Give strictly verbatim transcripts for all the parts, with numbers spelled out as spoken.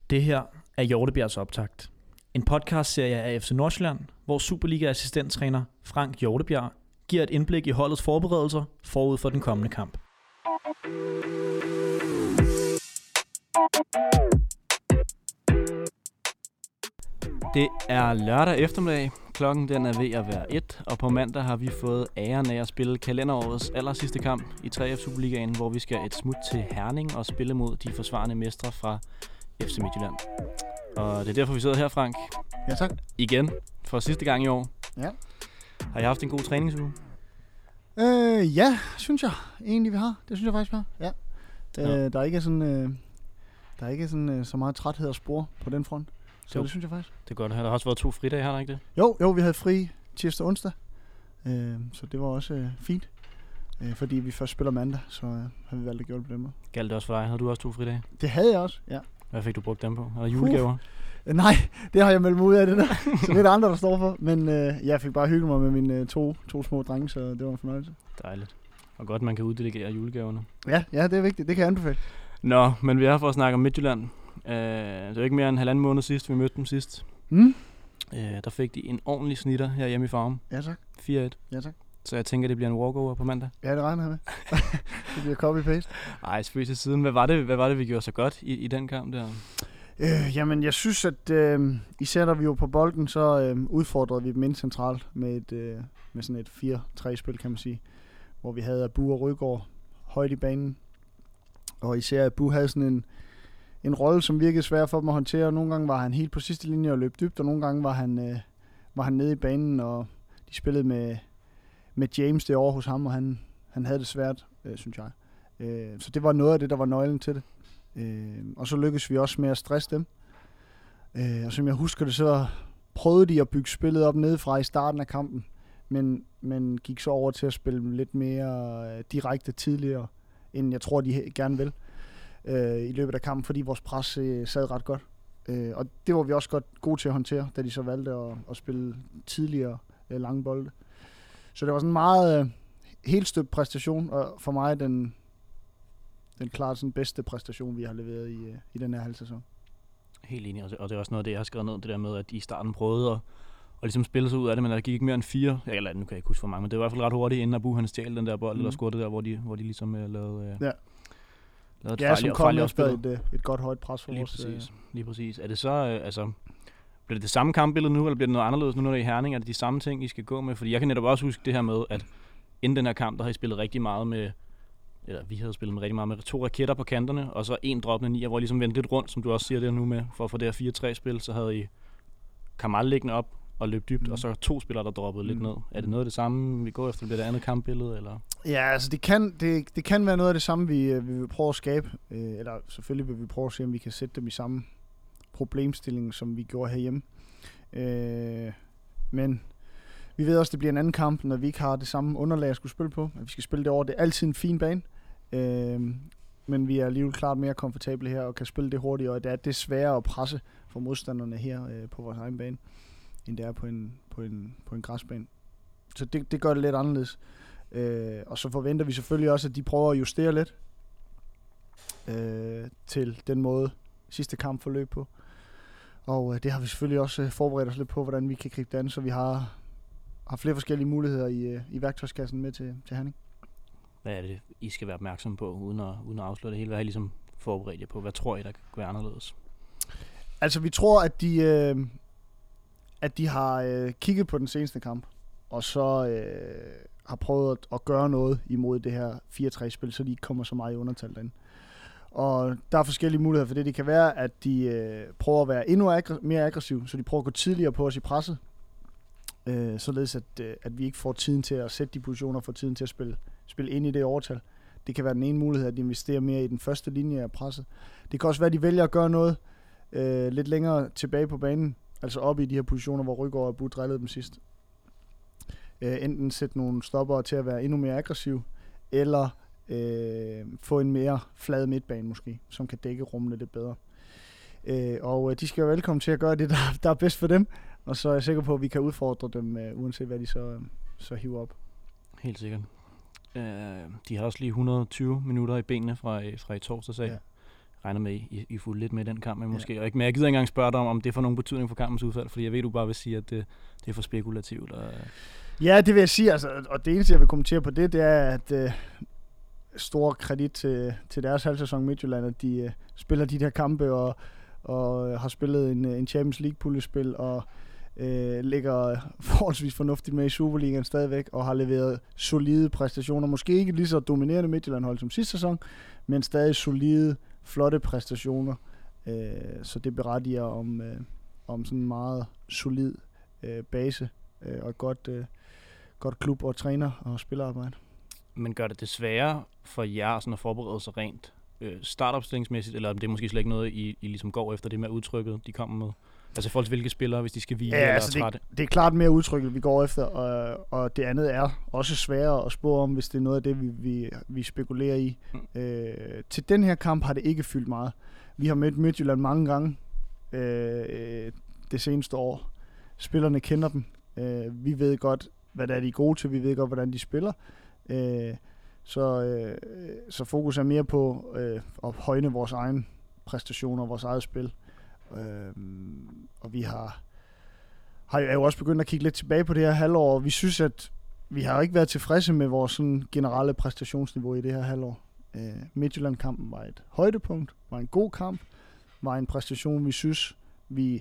Det her er Hjortebjergs optakt. En podcastserie af F C Nordsjælland, hvor Superliga-assistenttræner Frank Hjortebjerg giver et indblik i holdets forberedelser forud for den kommende kamp. Det er lørdag eftermiddag. Klokken den er ved at være et, og på mandag har vi fået æren af at spille kalenderårets allersidste kamp i tre F Superligaen, hvor vi skal et smut til Herning og spille mod de forsvarende mestre fra F C Midtjylland. Og det er derfor, vi sidder her, Frank. Ja, tak. Igen, for sidste gang i år. Ja. Har I haft en god træningsuge? Øh, ja, synes jeg egentlig, vi har. Det synes jeg faktisk, vi har. Ja. Der, ja. der er ikke sådan, øh, der er ikke sådan øh, så meget træthed at spore på den front. Så jo. Det synes jeg faktisk. Det er godt. Der har også været to fridage, har der ikke det? Jo, jo, vi havde fri tirsdag og onsdag. Øh, så det var også øh, fint. Øh, fordi vi først spiller mandag, så øh, har vi valgt at gøre det på den måde. Galt det også for dig? Havde du også to fridage? Det havde jeg også, ja. Hvad fik du brugt dem på? Er der julegaver? Uh, nej, det har jeg meldt mig ud af det der. Så det er der andre, der står for. Men øh, jeg fik bare hygget mig med mine øh, to, to små drenge, så det var en fornøjelse. Dejligt. Og godt, man kan uddelegere julegaverne. Ja, ja, det er vigtigt. Det kan jeg anbefale. Nå, men vi er her for at snakke om Midtjylland. Uh, det var ikke mere end halvanden måned sidst, vi mødte dem sidst. Mm. Uh, der fik de en ordentlig snitter her hjemme i Farum. Ja, tak. fire et. Ja, tak. Så jeg tænker, det bliver en walkover på mandag. Ja, det regner jeg med. Det bliver copy-paste. Ej, spøg til siden. Hvad var det, hvad var det vi gjorde så godt i, i den kamp der? Øh, jamen, jeg synes, at øh, især da vi var på bolden, så øh, udfordrede vi dem ind centralt med, et, øh, med sådan et fire tre spil, kan man sige. Hvor vi havde Abu og Rygaard højt i banen. Og især Abu havde sådan en, en rolle, som virkede svær for dem at håndtere. Nogle gange var han helt på sidste linje og løb dybt, og nogle gange var han, øh, var han nede i banen, og de spillede med, med James derovre hos ham, og han, han havde det svært, øh, synes jeg. Øh, så det var noget af det, der var nøglen til det. Øh, og så lykkedes vi også med at stresse dem. Øh, og som jeg husker det, så prøvede de at bygge spillet op nedefra i starten af kampen, men, men gik så over til at spille lidt mere øh, direkte tidligere, end jeg tror, de gerne vil øh, i løbet af kampen, fordi vores pres øh, sad ret godt. Øh, og det var vi også godt gode til at håndtere, da de så valgte at, at spille tidligere øh, lange bolde. Så det var sådan en meget øh, helt støbt præstation, og for mig den den klart sådan bedste præstation, vi har leveret i, i den her halv sæson. Helt enig, og det er også noget af det, jeg har skrevet ned, det der med, at i starten prøvede at, at ligesom spille sig ud af det, men der gik ikke mere end fire, eller nu kan jeg ikke huske for mange, men det var i hvert fald ret hurtigt, inden Abu han stjal den der bold, mm. eller scorede det der, hvor de, hvor de ligesom uh, lavede, uh, ja. lavede et ja, fejl, som kom efter et, et godt højt pres for lige vores. Præcis, lige præcis. Er det så, uh, altså, bliver det det samme kampbillede nu, eller bliver det noget anderledes nu, når det er i Herning? Er det de samme ting, I skal gå med? Fordi jeg kan netop også huske det her med, at inden den her kamp, der har I spillet rigtig meget med eller vi havde spillet med rigtig meget med to raketter på kanterne, og så en droppende nier, hvor I ligesom vendte lidt rundt, som du også siger der nu med, for at få det her fire tre spil, så havde I Kamal liggende op og løb dybt, mm. og så to spillere, der droppede mm. lidt ned. Er det noget af det samme, vi går efter? Bliver det andet kampbillede, eller? Ja, altså det kan, det, det kan være noget af det samme, vi, vi vil prøve at skabe, øh, eller selvfølgelig vil vi prøve at se, om vi kan sætte dem i samme problemstilling, som vi gjorde herhjemme. Øh, men vi ved også, at det bliver en anden kamp, når vi ikke har det samme underlag at skulle spille på. At vi skal spille det over. Det er altid en fin bane. Øh, men vi er alligevel klart mere komfortable her og kan spille det hurtigere. Og det er det sværere at presse for modstanderne her øh, på vores egen bane, end det er på en, på en, på en græsbane. Så det, det gør det lidt anderledes. Øh, og så forventer vi selvfølgelig også, at de prøver at justere lidt øh, til den måde sidste kamp forløb på. Og øh, det har vi selvfølgelig også øh, forberedt os lidt på, hvordan vi kan gribe det an, så vi har har flere forskellige muligheder i, i værktøjskassen med til, til Herning. Hvad er det, I skal være opmærksom på, uden at, uden at afsløre det hele? Hvad har I ligesom forberedt jer på? Hvad tror I, der kan være anderledes? Altså, vi tror, at de, øh, at de har øh, kigget på den seneste kamp, og så øh, har prøvet at, at gøre noget imod det her fire tre spil, så de ikke kommer så meget i undertal derinde. Og der er forskellige muligheder for det. Det kan være, at de øh, prøver at være endnu aggr- mere aggressive, så de prøver at gå tidligere på os i presset, Øh, således at, øh, at vi ikke får tiden til at sætte de positioner, får tiden til at spille, spille ind i det overtal. Det kan være den ene mulighed, at de investerer mere i den første linje af presset. Det kan også være, at de vælger at gøre noget øh, lidt længere tilbage på banen, altså oppe i de her positioner, hvor Rygaard og Abu drillede dem sidst. Øh, enten sætte nogle stopper til at være endnu mere aggressiv, eller øh, få en mere flad midtbane måske, som kan dække rummene lidt bedre. Øh, og øh, de skal være velkommen til at gøre det, der, der er bedst for dem. Og så er jeg sikker på, at vi kan udfordre dem, uh, uanset hvad de så, uh, så hiver op. Helt sikkert. Uh, de har også lige et hundrede og tyve minutter i benene fra, fra i torsdags af. Ja. regner med, I, I fulgte lidt med den kamp, men måske. Ja. Og ikke, men jeg gider ikke engang spørge dig om, om det får nogen betydning for kampens udfald, fordi jeg ved, du bare vil sige, at det, det er for spekulativt. Og ja, det vil jeg sige, altså, og det eneste, jeg vil kommentere på det, det er, at øh, stor kredit til, til deres halvsæson Midtjylland, at de øh, spiller de der kampe og, og øh, har spillet en, en Champions League-puljespil og øh, ligger forholdsvis fornuftigt med i Superligaen stadigvæk og har leveret solide præstationer. Måske ikke lige så dominerende Midtjylland-hold som sidste sæson, men stadig solide, flotte præstationer. Øh, så det berettiger om, øh, om sådan en meget solid øh, base øh, og et godt, øh, godt klub og træner og spillerarbejde. Men gør det det sværere for jer sådan at forberede sig rent øh, startopstillingsmæssigt, eller det er måske slet ikke noget, I, I ligesom går efter det med udtrykket, de kommer med? Altså i forhold til hvilke spillere, hvis de skal hvile ja, eller altså trætte? Det, det er klart mere udtrykket, vi går efter, og, og det andet er også sværere at spå om, hvis det er noget af det, vi, vi, vi spekulerer i. Mm. Øh, til den her kamp har det ikke fyldt meget. Vi har mødt Midtjylland mange gange øh, det seneste år. Spillerne kender dem. Øh, vi ved godt, hvad det er, de er gode til. Vi ved godt, hvordan de spiller. Øh, så, øh, så fokus er mere på øh, at højne vores egen præstationer, vores eget spil. Øh, og vi har, har jo også begyndt at kigge lidt tilbage på det her halvår, og vi synes, at vi har ikke været tilfredse med vores sådan, generelle præstationsniveau i det her halvår. Øh, Midtjylland-kampen var et højdepunkt, var en god kamp, var en præstation, vi synes, vi,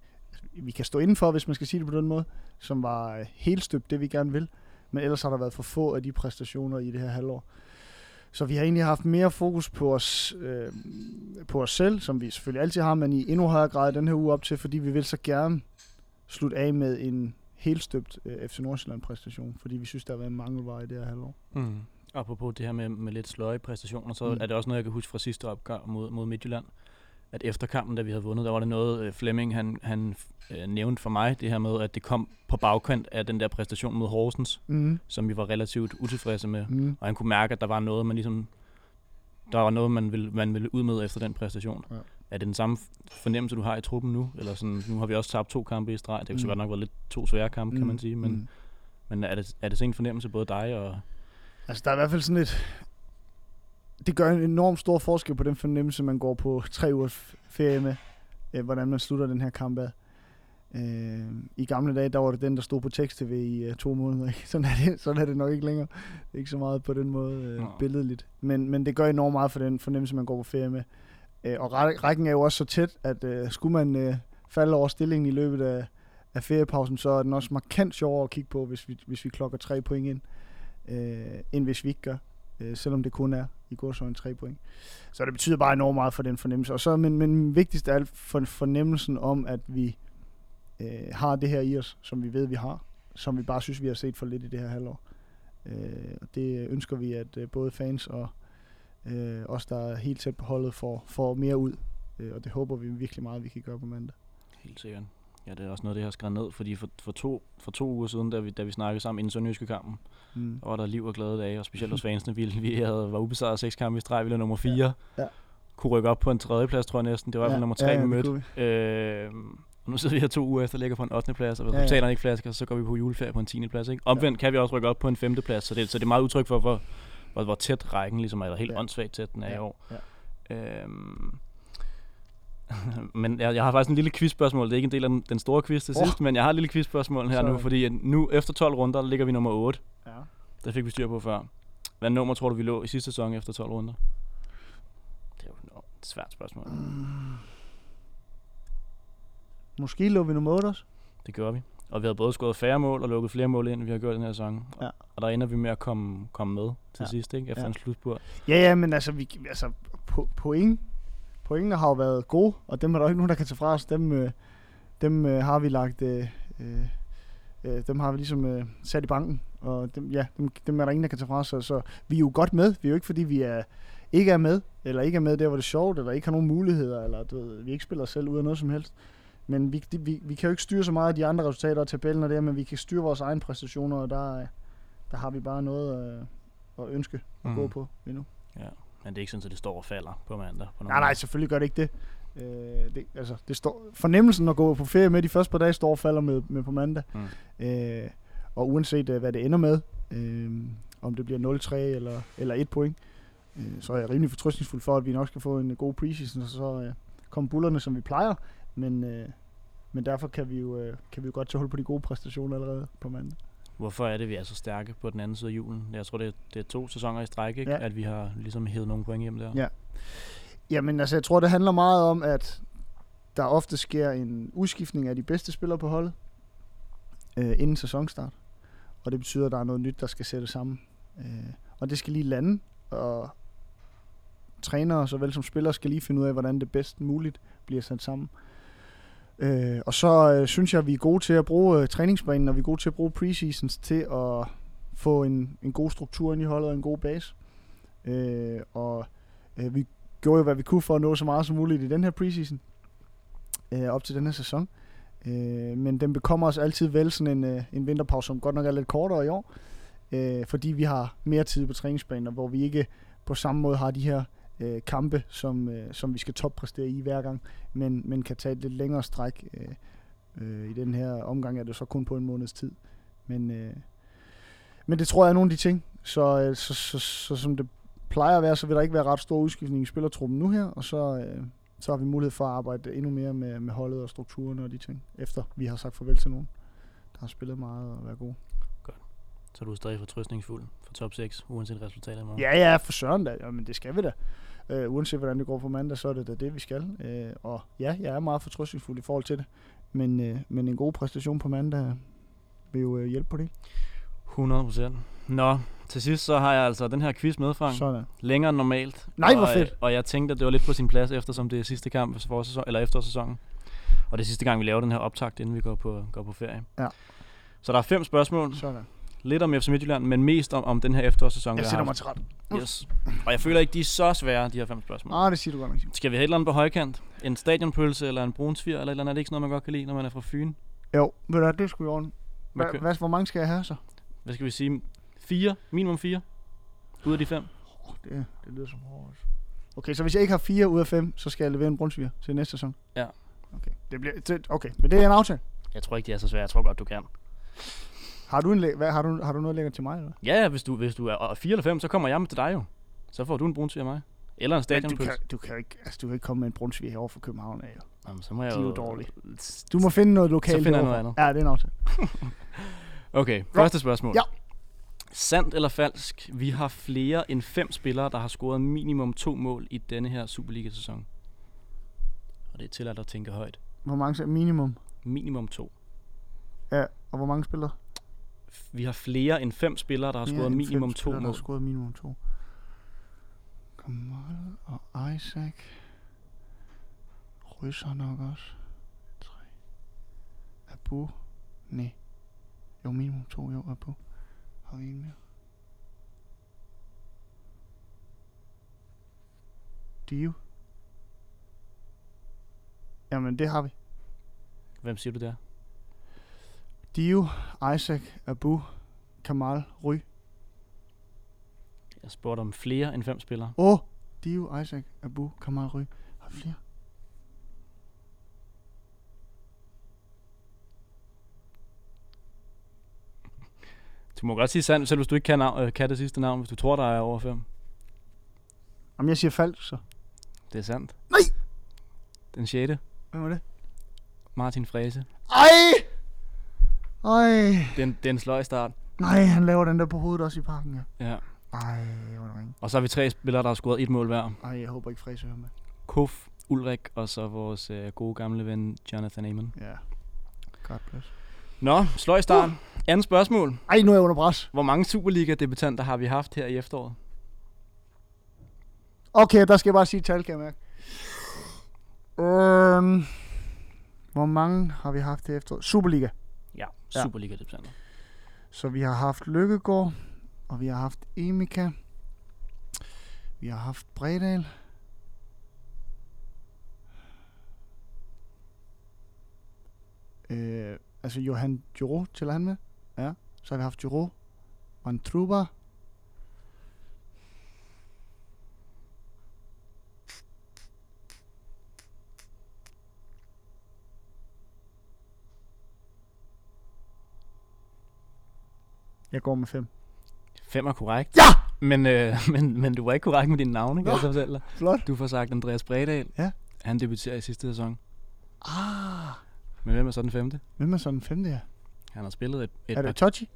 vi kan stå indenfor, hvis man skal sige det på den måde, som var helt støbt det, vi gerne vil. Men ellers har der været for få af de præstationer i det her halvår. Så vi har egentlig haft mere fokus på os, øh, på os selv, som vi selvfølgelig altid har, men i endnu højere grad den her uge op til, fordi vi vil så gerne slutte af med en helt støbt øh, F C Nordsjælland-præstation, fordi vi synes, der har været en mangelvare i det her halvår. Mm. Apropos det her med, med lidt sløje præstationer, så mm. er det også noget, jeg kan huske fra sidste opgør mod, mod Midtjylland, at efter kampen, da vi havde vundet, der var det noget, øh, Flemming han, han øh, nævnte for mig, det her med, at det kom på bagkant af den der præstation mod Horsens, mm. som vi var relativt utilfredse med. Mm. Og han kunne mærke, at der var noget, man ligesom, der var noget, man ville, man ville ud med efter den præstation. Ja. Er det den samme fornemmelse, du har i truppen nu? Eller sådan, nu har vi også tabt to kampe i streg. Det har mm. så godt nok været lidt to svære kampe, mm. kan man sige. Men, mm. men er, det, er det sådan en fornemmelse, både dig og... Altså, der er i hvert fald sådan et... Det gør en enormt stor forskel på den fornemmelse, man går på tre ugers ferie med, øh, hvordan man slutter den her kamp af. Øh, I gamle dage, der var det den, der stod på tekst-tv i øh, to måneder. Ikke? Sådan, er det, sådan er det nok ikke længere. Det er ikke så meget på den måde øh, billedligt. Men, men det gør enormt meget for den fornemmelse, man går på ferie med. Øh, og rækken er jo også så tæt, at øh, skulle man øh, falde over stillingen i løbet af, af feriepausen, så er den også markant sjovere at kigge på, hvis vi, hvis vi klokker tre point ind, øh, end hvis vi ikke gør. Øh, selvom det kun er i gårsøjne tre point. Så det betyder bare enormt meget for den fornemmelse. Og så, men, men vigtigst af alt for fornemmelsen om, at vi øh, har det her i os, som vi ved, vi har, som vi bare synes, vi har set for lidt i det her halvår. Øh, og det ønsker vi, at øh, både fans og øh, os, der er helt tæt på holdet, får, får mere ud. Øh, og det håber vi virkelig meget, vi kan gøre på mandag. Helt sikkert. Ja, det er også noget, det jeg har skrevet ned, fordi for, for, to, for to uger siden, da vi, da vi snakkede sammen inden Sønderjyske kampen, mm. der var der liv og glade dage, og specielt hos fansene, vi, vi havde, var ubesejret seks kampe i streg, vi var nummer fire, ja. Ja. Kunne rykke op på en tredjeplads, tror jeg næsten, det var ja. nummer tre, ja, ja, vi mødte. Øh, og nu sidder vi her to uger efter, ligger på en ottende plads, og hvis ja, ja. resultaterne ikke flasker, så går vi på juleferie på en tiende plads. Ikke? Omvendt ja. kan vi også rykke op på en femte plads, så det, så det er meget udtryk for, hvor, hvor, hvor tæt rækken ligesom er, eller helt ja. åndssvagt tæt den er ja. i år. Ja. Øh, men jeg, jeg har faktisk en lille quizspørgsmål. Det er ikke en del af den, den store quiz til oh. sidst, men jeg har et lille quizspørgsmål her så. nu, fordi nu efter tolv runder ligger vi nummer otte. Ja. Det fik vi styr på før. Hvad nummer tror du, vi lå i sidste sæson efter tolv runder? Det er jo et svært spørgsmål. Mm. Måske lå vi nummer otte også. Det gør vi. Og vi havde både scoret færre mål og lukket flere mål ind, end vi har gjort den her sæson. Ja. Og der ender vi med at komme, komme med til ja. sidst, ikke? Efter ja. en slutspurt. Ja, ja, men altså, vi, altså po- point... Pointene har jo været gode, og dem er der ikke nogen, der kan tage fra os. Dem, øh, dem øh, har vi lagt, øh, øh, dem har vi ligesom øh, sat i banken, og dem, ja, dem, dem er der ingen, der kan tage fra os. Så, så vi er jo godt med. Vi er jo ikke, fordi vi er, ikke er med, eller ikke er med der, hvor det er sjovt, eller ikke har nogen muligheder, eller du ved, vi ikke spiller os selv ud af noget som helst. Men vi, de, vi, vi kan jo ikke styre så meget af de andre resultater og tabellen og det, men vi kan styre vores egne præstationer, og der, der har vi bare noget øh, at ønske at mm. gå på endnu. Ja. Men det er ikke sådan, at det står og falder på mandag. På nej, nej, selvfølgelig gør det ikke det. Øh, det, altså, det står, fornemmelsen at gå på ferie med de første par dage står og falder med, med på mandag. Mm. Øh, og uanset hvad det ender med, øh, om det bliver nul tre eller, eller et point, øh, så er jeg rimelig fortrøstningsfuld for, at vi nok skal få en god preseason, og så øh, kommer bullerne, som vi plejer. Men, øh, men derfor kan vi, jo, øh, kan vi jo godt tage hul på de gode præstationer allerede på mandag. Hvorfor er det, vi er så stærke på den anden side af julen? Jeg tror, det er, det er to sæsoner i stræk, ikke? Ja. At vi har ligesom hævet nogle point hjem der. Ja. Jamen, altså, jeg tror, det handler meget om, at der ofte sker en udskiftning af de bedste spillere på holdet øh, inden sæsonstart. Og det betyder, at der er noget nyt, der skal sættes sammen. Øh, og det skal lige lande, og trænere såvel som spillere skal lige finde ud af, hvordan det bedst muligt bliver sat sammen. Øh, og så øh, synes jeg, at vi er gode til at bruge øh, træningsbanen, og vi er gode til at bruge preseasons til at få en, en god struktur ind i holdet og en god base. Øh, og øh, vi gjorde jo, hvad vi kunne for at nå så meget som muligt i den her preseason, øh, op til den her sæson. Øh, men den bekommer os altid vel sådan en, øh, en vinterpause, som godt nok er lidt kortere i år, øh, fordi vi har mere tid på træningsbanen, hvor vi ikke på samme måde har de her øh, kampe, som, øh, som vi skal toppræstere i hver gang, men, men kan tage et lidt længere stræk. Øh, øh, I den her omgang er det så kun på en måneds tid. Men, øh, men det tror jeg er nogle af de ting, så, øh, så, så, så, så som det plejer at være, så vil der ikke være ret stor udskiftning i spillertruppen nu her, og så, øh, så har vi mulighed for at arbejde endnu mere med, med holdet og strukturerne og de ting, efter vi har sagt farvel til nogen, der har spillet meget og været gode. Godt. Så er du stadig fortrøstningsfuld for top seks, uanset resultatet i morgen? Ja, ja, for søren da. Jamen, det skal vi da. Uh, uanset hvordan det går på mandag, så er det da det, vi skal. Uh, og ja, jeg er meget fortrøstningsfuld i forhold til det. Men, uh, men en god præstation på mandag vil jo uh, hjælpe på det. hundrede procent. Nå, til sidst så har jeg altså den her quiz med, Frank. Sådan. Længere end normalt. Nej, hvor og, fedt. Og jeg tænkte, at det var lidt på sin plads, eftersom det er sidste kamp for sæson, eller efter sæsonen. Og det er sidste gang, vi laver den her optakt, inden vi går på, går på ferie. Ja. Så der er fem spørgsmål. Sådan. Lidt om F C Midtjylland, men mest om, om den her efterårssæson, Jeg vi sætter har mig haft. til ret. Yes. Og jeg føler ikke, de er så svære, de her fem spørgsmål. Ah, det siger du godt nok. Skal vi have et eller andet på højkant? En stadionpølse eller en brunsviger, eller et eller andet? Er det ikke sådan noget, man godt kan lide, når man er fra Fyn? Jo, ved du hvad, det skulle i orden. Hva, Okay. hvad, hvor mange skal jeg have så? Hvad skal vi sige? Fire? Minimum fire? Ud af de fem? Oh, det, det lyder som hårdt. Okay, så hvis jeg ikke har fire ud af fem, så skal jeg levere en brunsviger til næste sæson? Ja. Okay, det bliver, det, okay. Men det er en aftale. Jeg tror ikke, de er så svære. Jeg tror godt, du kan. Har du, en, læ- hvad, har du, har du noget lækkert til mig, eller? Ja, ja, hvis du, hvis du er fire eller fem, så kommer jeg med til dig jo. Så får du en brunsviger af mig. Eller en Men du stadionpølse. kan, du kan ikke, altså du kan ikke komme med en brunsviger herovre fra København af, jo. Jamen, så må jeg De er jo jo... dårlige. Du må finde noget lokalt. Så finder jeg herovre. noget andet. Ja, det er en aftale. Okay, første spørgsmål. Ja. Sandt eller falsk? Vi har flere end fem spillere, der har scoret minimum to mål i denne her Superliga-sæson. Og det er tilladt at tænke højt. Hvor mange er minimum? Minimum to. Ja, og hvor mange spillere? Vi har flere end fem spillere, der har Mere scoret end minimum fem to spillere, der mål. har scoret minimum to. Kamal og Isaac. Rysser nok også. Tre. Abu. Nej. Jo, minimum to. Jo, Abu. Har vi en mere? Dio. Jamen, det har vi. Hvem siger du der? Dio, Isaac, Abu, Kamal, Ry. Jeg spurgte om flere end fem spillere. Åh, oh, Dio, Isaac, Abu, Kamal, Ry. Har vi flere? Du må godt sige sandt, selv hvis du ikke kan, navn, øh, kan det sidste navn, hvis du tror, der er over fem. Jamen, jeg siger falsk, så. Det er sandt. Nej! Den sjette. Hvem var det? Martin Frese. Ej! Ej! Den, den sløj start. Nej, han laver den der på hovedet også i parken, ja. Ja. Ej, hvor er det ringe. Og så har vi tre spillere, der har scoret et mål hver. Ej, jeg håber ikke Frese hører med. Kof, Ulrik og så vores øh, gode gamle ven Jonathan Amon. Ja. God bless. Nå, sløj start. Uh. Andet spørgsmål. Ej, nu er jeg under pres. Hvor mange Superliga-debutanter har vi haft her i efteråret? Okay, der skal jeg bare sige et tal, kan jeg mærke. Øhm, hvor mange har vi haft her efter? Superliga. Ja, Ja. Superliga-debutanter. Så vi har haft Lykkegaard, og vi har haft Emika. Vi har haft Bredal. Øh, altså Johan Juro til han med. Ja. Så har vi haft Juro. Van Truba. Jeg går med fem. Fem er korrekt. Ja! Men, øh, men, men du var ikke korrekt med dine navne, kan Nå, jeg så fortælle dig. Flot. Du får sagt Andreas Bredal. Ja. Han debuterer i sidste sæson. Ah. Men hvem er så den femte? Hvem er så den femte her? Han har spillet et, et Er par... det Tochi?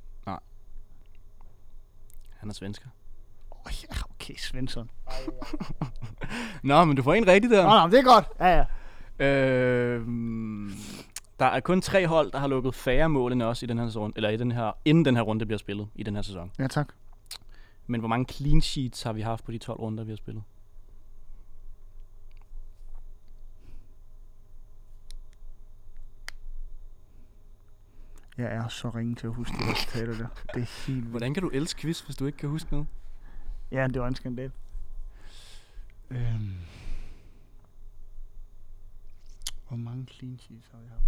Han er svensker. Oh, ja, okay, Svensson. Nå, men du får en rigtig der. Nå, nå, det er godt. Ja, ja. Øh, der er kun tre hold, der har lukket færre mål end os i den her sæson, eller i den her, inden den her runde bliver spillet i den her sæson. Ja, tak. Men hvor mange clean sheets har vi haft på de tolv runder, vi har spillet? Jeg er så ringe til at huske de resultater der. Det er helt vildt. Hvordan kan du elske quiz, hvis du ikke kan huske noget? Ja, det var en skandal. Øhm. Hvor mange clean sheets har vi haft?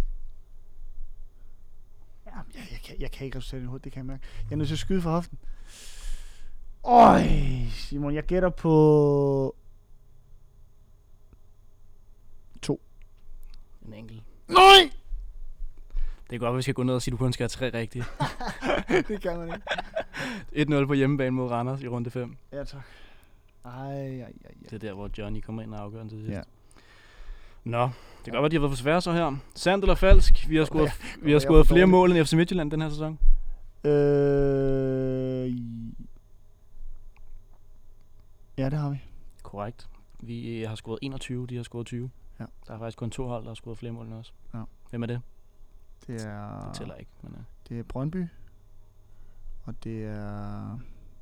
Ja, jeg, jeg, kan, jeg kan ikke resultere i hovedet, det kan jeg mærke. Jeg er nødt til at skyde for hoften. Øj, Simon, jeg gætter på... To. En enkelt. Nej! Det er godt, at vi skal gå ned og sige, at du kun skal have tre rigtige. Det kan man ikke. et nul på hjemmebane mod Randers i runde fem. Ja, tak. Ej, ej, ej, ej. Det er der, hvor Johnny kommer ind og afgør den til sidst. Ja. Nå, det kan godt være, de har været for svære så her. Sandt eller falsk? Vi har scoret, Ja, vi har jeg scoret er for flere dårlig. mål end F C Midtjylland den her sæson. Øh... Ja, det har vi. Korrekt. Vi har scoret enogtyve, de har scoret tyve. Ja. Der er faktisk kun to hold, der har scoret flere mål end os. Ja. Hvem er det? Det er... Det tæller ikke. Men, uh... Det er Brøndby. Og det er...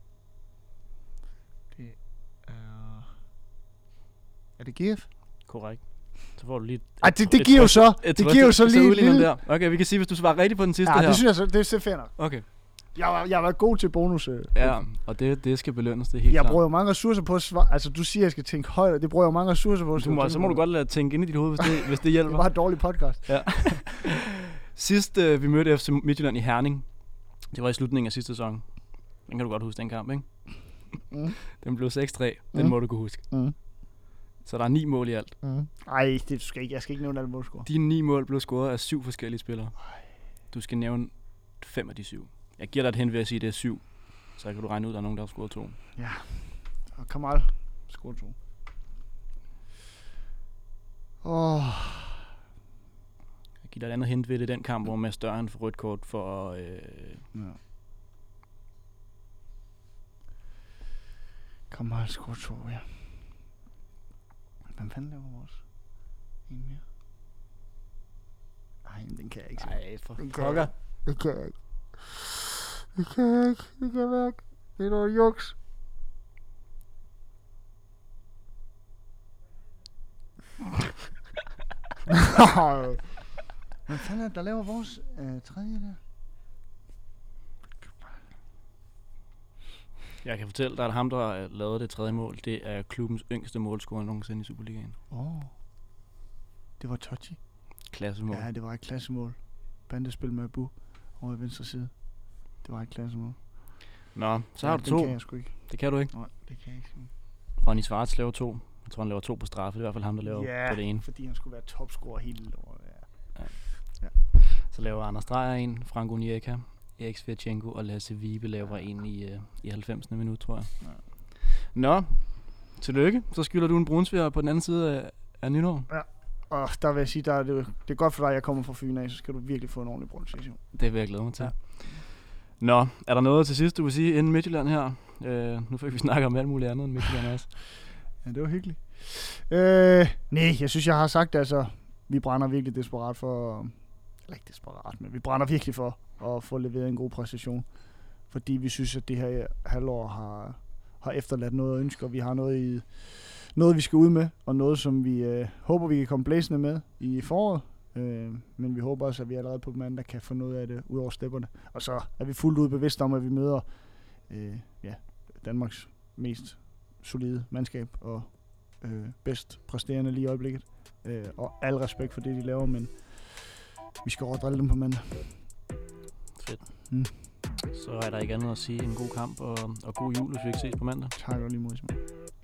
Det er... Er det G F? Korrekt. Så får du lige... Ej, det, det giver jo så... Det giver jo så lige et lille... der. Okay, vi kan sige, hvis du svarer rigtigt på den sidste Ja, her. det synes jeg så... Det er fair nok. Okay. Jeg var, jeg var god til bonus. Øh. Ja, og det, det skal belønnes, det er helt Jeg klart. bruger jo mange ressourcer på at svare. Altså, du siger, at jeg skal tænke højt, og det bruger jeg jo mange ressourcer på. Du må, så må du godt lade tænke ind i dit hoved, hvis det, hvis det hjælper. Det var en dårlig podcast. Ja. Sidst øh, vi mødte F C Midtjylland i Herning, det var i slutningen af sidste sæson. Den kan du godt huske, den kamp, ikke? Mm. Den blev seks tre. Den Mm. må du kunne huske. Mm. Så der er ni mål i alt. Mm. Ej, det skal ikke, jeg skal ikke nævne alle målscore. De ni mål blev scoret af syv forskellige spillere. Du skal nævne fem af de syv. Jeg giver dig et hen ved at sige, at det er syv. Så kan du regne ud, at der er nogen, der har scoret to. Ja. Og Kamal scorer to. Åh. Oh. Jeg giver dig et andet hint ved det den kamp, hvor Mads Døren får rødt kort for... Øh, Ja. Kamal scorer to, ja. Hvem fanden laver vores? En mere? Ej, men den kan jeg ikke se. Ej, for Den kan pokker. jeg- Det kan jeg ikke. Det kan jeg ikke. Det kan jeg mærke. Det er noget juks. Hvad fanden er det, der laver vores øh, tredje der? Jeg kan fortælle dig, at ham, der har lavet det tredje mål, det er klubbens yngste målscorer nogensinde i Superligaen. Åh. Oh. Det var Tochi. Klassemål. Ja, det var et klassemål. Bandespil med Abu over i venstre side. Det var et klassemål. Nå, så har Ja, du den to. kan jeg sgu ikke. Det kan du ikke. Nej, det kan jeg ikke. Ronny Schwartz laver to. Jeg tror, han laver to på straffe. Det er i hvert fald ham, der laver Ja, på det ene. fordi han skulle være topscorer hele året. Ja. Så laver Anders Dreyer en, Frank Onyeka, Erik Svirchenko og Lasse Vibe laver en i, uh, i halvfemsende minut, tror jeg. Ja. Nå, tillykke. Så skylder du en brunsviger på den anden side af, af nytår. Og der vil jeg sige, der er det, det er godt for dig, at jeg kommer fra Fyn af, så skal du virkelig få en ordentlig brunsvision. Det vil jeg glæde mig til. Ja. Nå, er der noget til sidst, du vil sige inden Midtjylland her? Uh, nu fik vi snakke om alt muligt andet end Midtjylland også. Ja, det var hyggeligt. Øh, nej, jeg synes, jeg har sagt, altså, vi brænder virkelig desperat for, eller ikke desperat, men vi brænder virkelig for at få leveret en god præstation. Fordi vi synes, at det her halvår har, har efterladt noget at ønske, og vi har noget, i, noget vi skal ud med, og noget, som vi øh, håber, vi kan komme blæsende med i foråret. Øh, men vi håber også, at vi allerede på mandag kan få noget af det ud over stepperne. Og så er vi fuldt ud bevidste om, at vi møder øh, ja, Danmarks mest solide mandskab og øh, bedst præsterende lige i øjeblikket. Øh, og al respekt for det, de laver, men vi skal overdrille dem på mandag. Fedt. Mm. Så er der ikke andet at sige en god kamp og, og god jul, hvis vi ikke ses på mandag. Tak og lige mod.